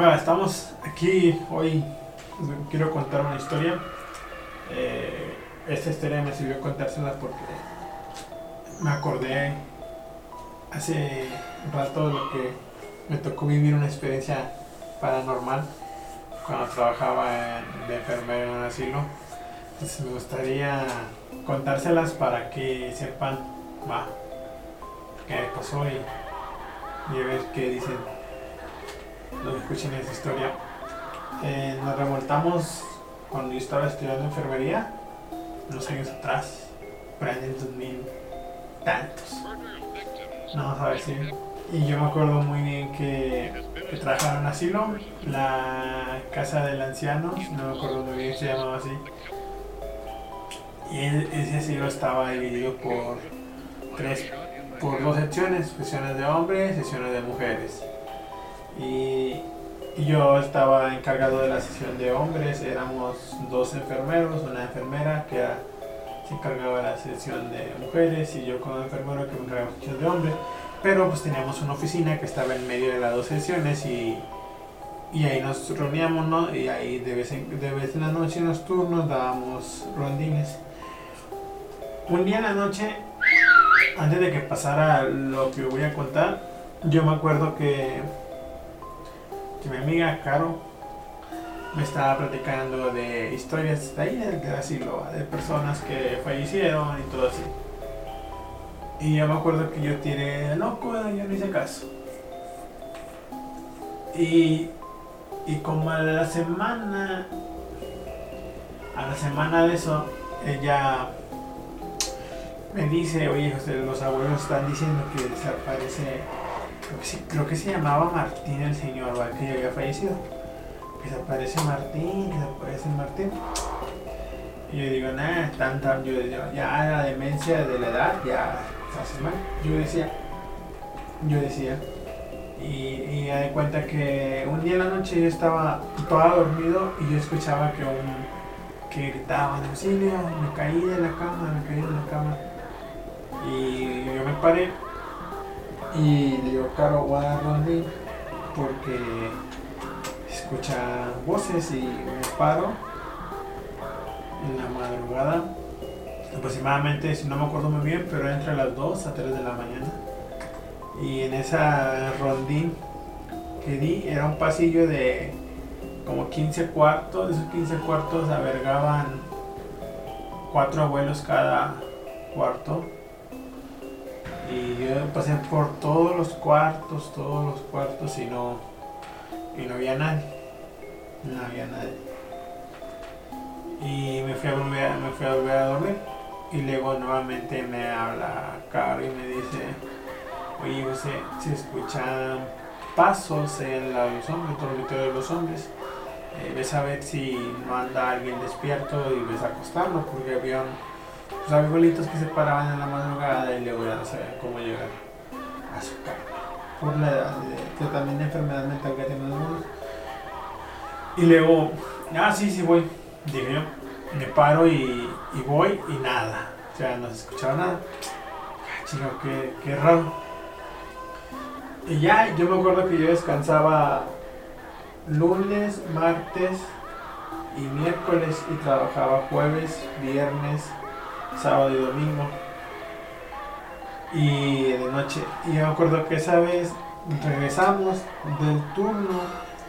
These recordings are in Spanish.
Bueno, estamos aquí hoy. Quiero contar una historia. Esta historia me sirvió contársela porque me acordé hace un rato de lo que me tocó vivir una experiencia paranormal cuando trabajaba de enfermero en un asilo. Entonces me gustaría contárselas para que sepan qué pasó y a ver qué dicen los que escuchen esa historia. Nos remontamos cuando yo estaba estudiando enfermería, unos años atrás, por ahí en el 2000 tantos, no sabes si. Y yo me acuerdo muy bien que trabajaba en un asilo, la casa del anciano, no me acuerdo muy bien, se llamaba así. Y ese asilo estaba dividido por dos sesiones de hombres, sesiones de mujeres. Y yo estaba encargado de la sesión de hombres, éramos dos enfermeros, una enfermera que se encargaba de la sesión de mujeres y yo como enfermero que me encargaba de la sesión de hombres. Pero pues teníamos una oficina que estaba en medio de las dos sesiones y ahí nos reuníamos, ¿no? Y ahí de vez en la noche en los turnos dábamos rondines. Un día en la noche, antes de que pasara lo que voy a contar, yo me acuerdo que mi amiga Caro me estaba platicando de historias de ahí del asilo, de personas que fallecieron y todo así. Y yo me acuerdo que yo tiré de loco, yo no hice caso. Y como a la semana de eso, ella me dice, oye José, los abuelos están diciendo que desaparece, creo que se llamaba Martín el señor, ¿vale? Que ya había fallecido. Que desaparece Martín. Y yo digo, ya la demencia de la edad, ya hace mal. Yo decía. Y me di cuenta que un día en la noche yo estaba todo dormido y yo escuchaba que gritaban auxilio, me caí de la cama. Y yo me paré y le digo, Caro, voy a dar rondín porque escucha voces y me paro en la madrugada, aproximadamente, si no me acuerdo muy bien, pero entre las 2 a 3 de la mañana. Y en esa rondín que di era un pasillo de como 15 cuartos. Esos 15 cuartos albergaban 4 abuelos cada cuarto. Y yo pasé por todos los cuartos y no había nadie. Y me fui a volver a dormir. Y luego nuevamente me habla Caro y me dice, oye José, se escuchan pasos en los dormitorios de los hombres. Ves a ver si no anda alguien despierto y ves a acostarlo, porque había los abuelitos que se paraban en la madrugada y luego ya no sabían cómo llegar a su cama por la edad de también de enfermedad mental que tienen algunos. Y luego, sí voy, dije yo, me paro y voy y nada, o sea, no se escuchaba nada. Chico, qué raro. Y ya, yo me acuerdo que yo descansaba lunes, martes y miércoles y trabajaba jueves, viernes, sábado y domingo. Y de noche, y yo me acuerdo que esa vez regresamos del turno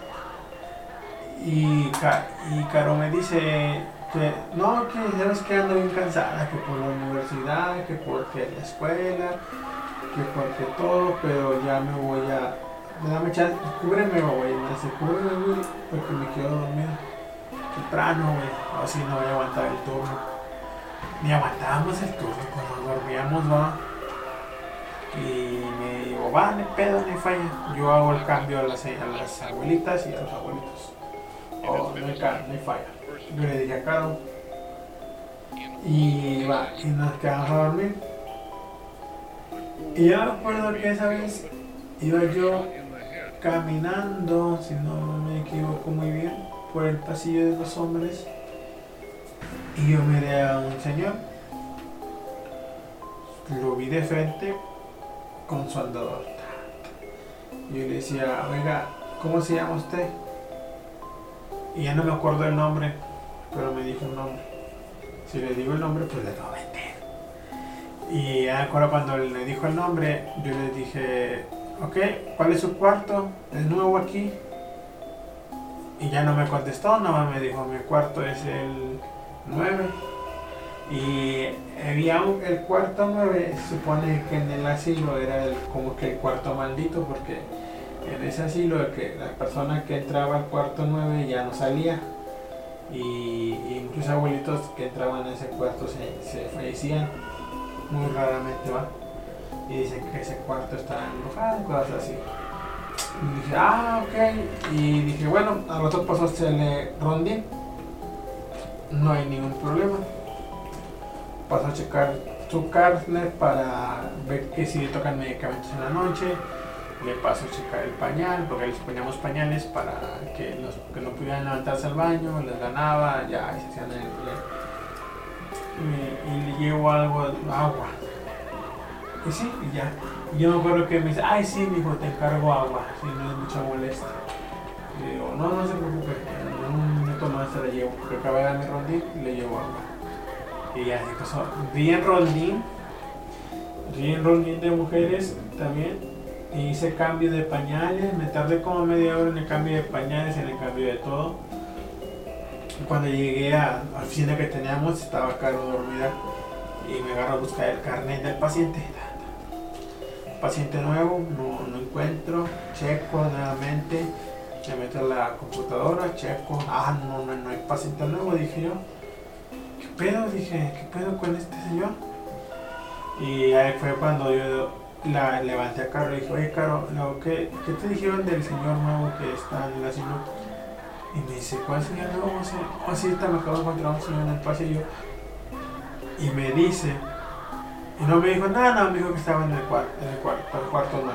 y Caro me dice que no, que ya nos quedando bien cansada, que por la universidad, que porque la escuela, que porque todo, pero ya me voy a... Dame chance, cúbreme, güey, me dice, cúbreme, güey, porque me quedo dormido temprano, güey, así no voy a aguantar el turno. Ni aguantábamos el turno, cuando dormíamos, va. Y me digo, va, ni pedo, ni falla. Yo hago el cambio a las abuelitas y a los abuelitos. No hay falla. Yo le dije a Caro. Y nos quedamos a dormir. Y yo me acuerdo que esa vez iba yo caminando, si no me equivoco muy bien, por el pasillo de los hombres. Y yo miré a un señor. Lo vi de frente con su andador. Yo le decía, oiga, ¿cómo se llama usted? Y ya no me acuerdo el nombre, pero me dijo un nombre. Si le digo el nombre, pues le voy a meter. Y ya me acuerdo cuando le dijo el nombre, yo le dije, ok, ¿cuál es su cuarto? ¿Es nuevo aquí? Y ya no me contestó, nada más me dijo, mi cuarto es el 9. Y había el cuarto 9, se supone que en el asilo era como que el cuarto maldito, porque en ese asilo que la persona que entraba al cuarto 9 ya no salía. Y muchos abuelitos que entraban a ese cuarto se fallecían muy raramente, ¿va? Y dicen que ese cuarto estaba embrujado y cosas así. Y dije, ok. Y dije, bueno, al rato pasó le rondín. No hay ningún problema. Pasó a checar su cárcel para ver que si le tocan medicamentos en la noche. Le pasó a checar el pañal, porque les poníamos pañales para que no pudieran levantarse al baño, les ganaba, ya, y se hacían y le llevo agua. Y sí, y ya. Y yo me acuerdo que me dice, ay sí, mijo, te encargo agua, si no es mucha molestia. Y digo, no se preocupe, en un minuto más se la llevo, porque acaba de dar mi rondín y le llevo agua. Y ya se pasó. Bien rondín de mujeres también. Y hice cambio de pañales, me tardé como media hora en el cambio de pañales, en el cambio de todo. Y cuando llegué a la oficina que teníamos, estaba Caro dormida y me agarro a buscar el carnet del paciente. Paciente nuevo, no encuentro, checo nuevamente, me meto a la computadora, checo, no hay paciente nuevo, dije yo. ¿Qué pedo? Dije, ¿qué pedo con este señor? Y ahí fue cuando yo la levanté a Caro y dije, oye Caro, ¿qué te dijeron del señor nuevo que está en el asilo? Y me dice, ¿cuál señor nuevo? Sí, me acabo de encontrar un señor en el pasillo. Y me dice, y no me dijo nada, me dijo que estaba en el cuarto 9.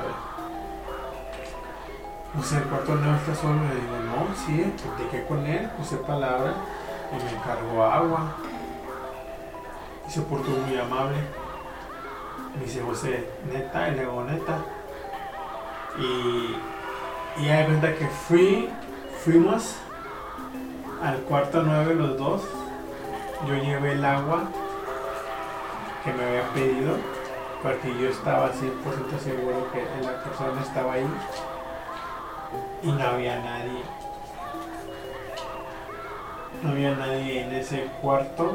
Puse el cuarto 9 está solo, le digo, no, sí, platiqué con él, puse palabra y me encargó agua. Y se portó muy amable. Me dice, José, neta, y le digo, neta. Y ya de cuenta que fuimos al cuarto 9 los dos. Yo llevé el agua que me había pedido, porque yo estaba 100% seguro que la persona estaba ahí. Y no había nadie. No había nadie en ese cuarto.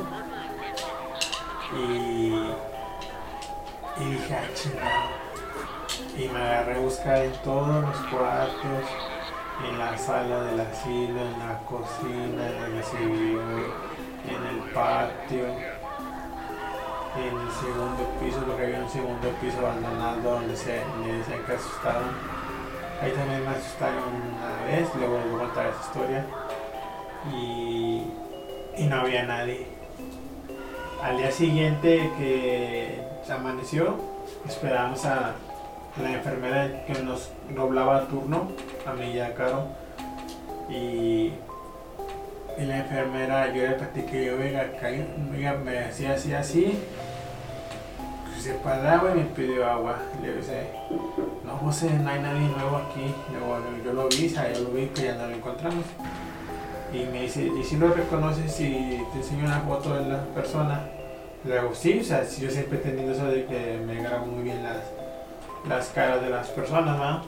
Y dije, chingado. Y me agarré a buscar en todos los cuartos, en la sala del asilo, en la cocina, en el recibidor, en el patio, en el segundo piso, porque había un segundo piso abandonado donde me decían que asustaron. Ahí también me asustaron una vez, luego les voy a contar esa historia. Y no había nadie. Al día siguiente que se amaneció, esperábamos a la enfermera que nos doblaba turno, a mí y a Caro. Y la enfermera, yo le platiqué, oiga, me hacía así. Se paraba y me pidió agua. Le dije, no José, no hay nadie nuevo aquí. Luego yo lo vi, que ya no lo encontramos. Y me dice, ¿y si lo reconoces si te enseño una foto de la persona? Le digo, sí, o sea, yo siempre he tenido eso de que me grabo muy bien las caras de las personas, ¿no?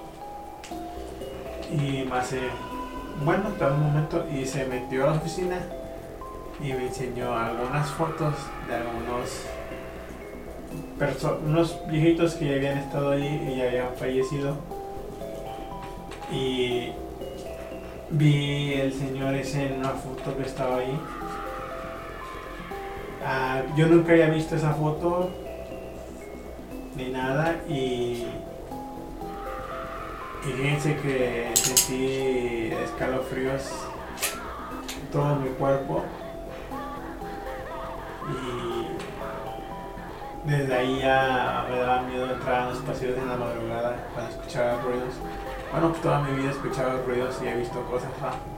Y me hace, bueno, hasta un momento, y se metió a la oficina y me enseñó algunas fotos de unos viejitos que ya habían estado allí y ya habían fallecido. Y vi el señor ese en una foto que estaba ahí. Yo nunca había visto esa foto ni nada y fíjense que sentí escalofríos en todo mi cuerpo y desde ahí ya me daba miedo entrar a los pasillos en la madrugada cuando escuchaba ruidos. Bueno, pues toda mi vida escuchaba ruidos y he visto cosas,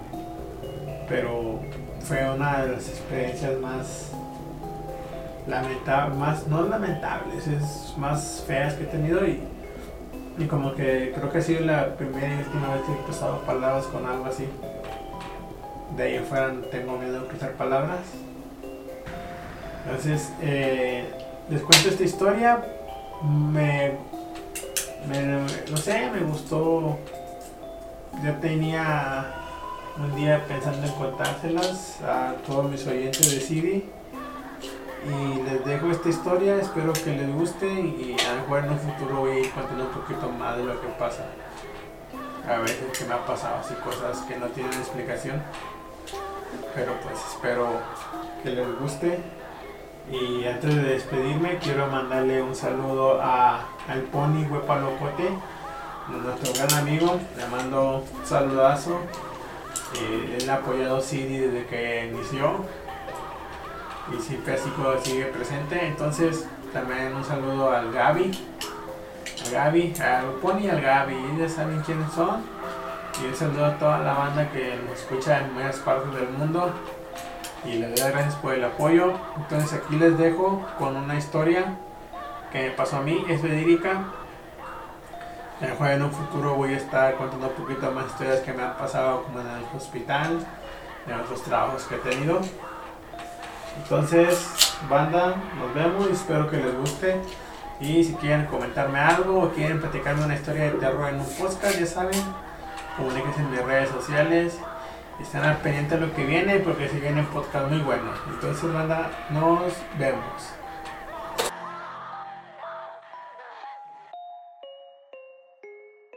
pero fue una de las experiencias más lamentables, no lamentables, es más feas que he tenido y Y como que creo que ha sido la primera y última vez que he cruzado palabras con algo así. De ahí en fuera tengo miedo de cruzar palabras. Entonces, les cuento esta historia. No sé, me gustó. Yo tenía un día pensando en contárselas a todos mis oyentes de CD. Y les dejo esta historia, espero que les guste y a lo mejor en un futuro voy a ir contando un poquito más de lo que pasa. A veces que me ha pasado así cosas que no tienen explicación. Pero pues espero que les guste. Y antes de despedirme quiero mandarle un saludo al Pony Huepalocote, nuestro gran amigo. Le mando un saludazo. Él ha apoyado CD desde que inició y siempre así sigue presente. Entonces también un saludo al Gaby, al Pony y al Gaby, ya saben quiénes son. Y un saludo a toda la banda que nos escucha en varias partes del mundo y les doy gracias por el apoyo. Entonces aquí les dejo con una historia que me pasó a mí, es verídica. A lo mejor en un futuro voy a estar contando un poquito más historias que me han pasado, como en el hospital, en otros trabajos que he tenido. Entonces, banda, nos vemos y espero que les guste. Y si quieren comentarme algo o quieren platicarme una historia de terror en un podcast, ya saben, comuníquense en mis redes sociales. Están al pendiente de lo que viene porque se viene un podcast muy bueno. Entonces, banda, nos vemos.